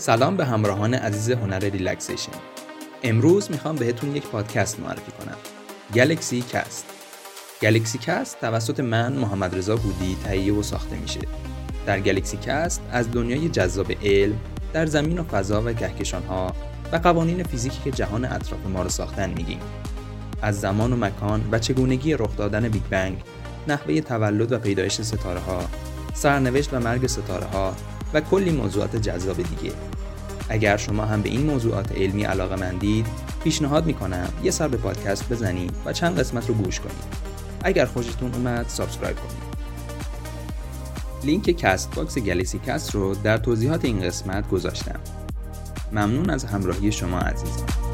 سلام به همراهان عزیز هنر ریلکسیشن. امروز میخوام بهتون یک پادکست معرفی کنم. گلکسی کست. گلکسی کست توسط من محمد رضا بودی تهیه و ساخته میشه. در گلکسی کست از دنیای جذاب علم در زمین و فضا و کهکشان‌ها و قوانین فیزیکی که جهان اطراف ما رو ساختن میگیم. از زمان و مکان و چگونگی رخ دادن بیگ بنگ، نحوه تولد و پیدایش ستاره‌ها، سرنوشت و مرگ ستاره‌ها و کلی موضوعات جذاب دیگه. اگر شما هم به این موضوعات علمی علاقه‌مندید، پیشنهاد میکنم یه سر به پادکست بزنید و چند قسمت رو گوش کنید. اگر خوشتون اومد سابسکرایب کنید. لینک کست باکس گلکسی کست رو در توضیحات این قسمت گذاشتم. ممنون از همراهی شما عزیزان.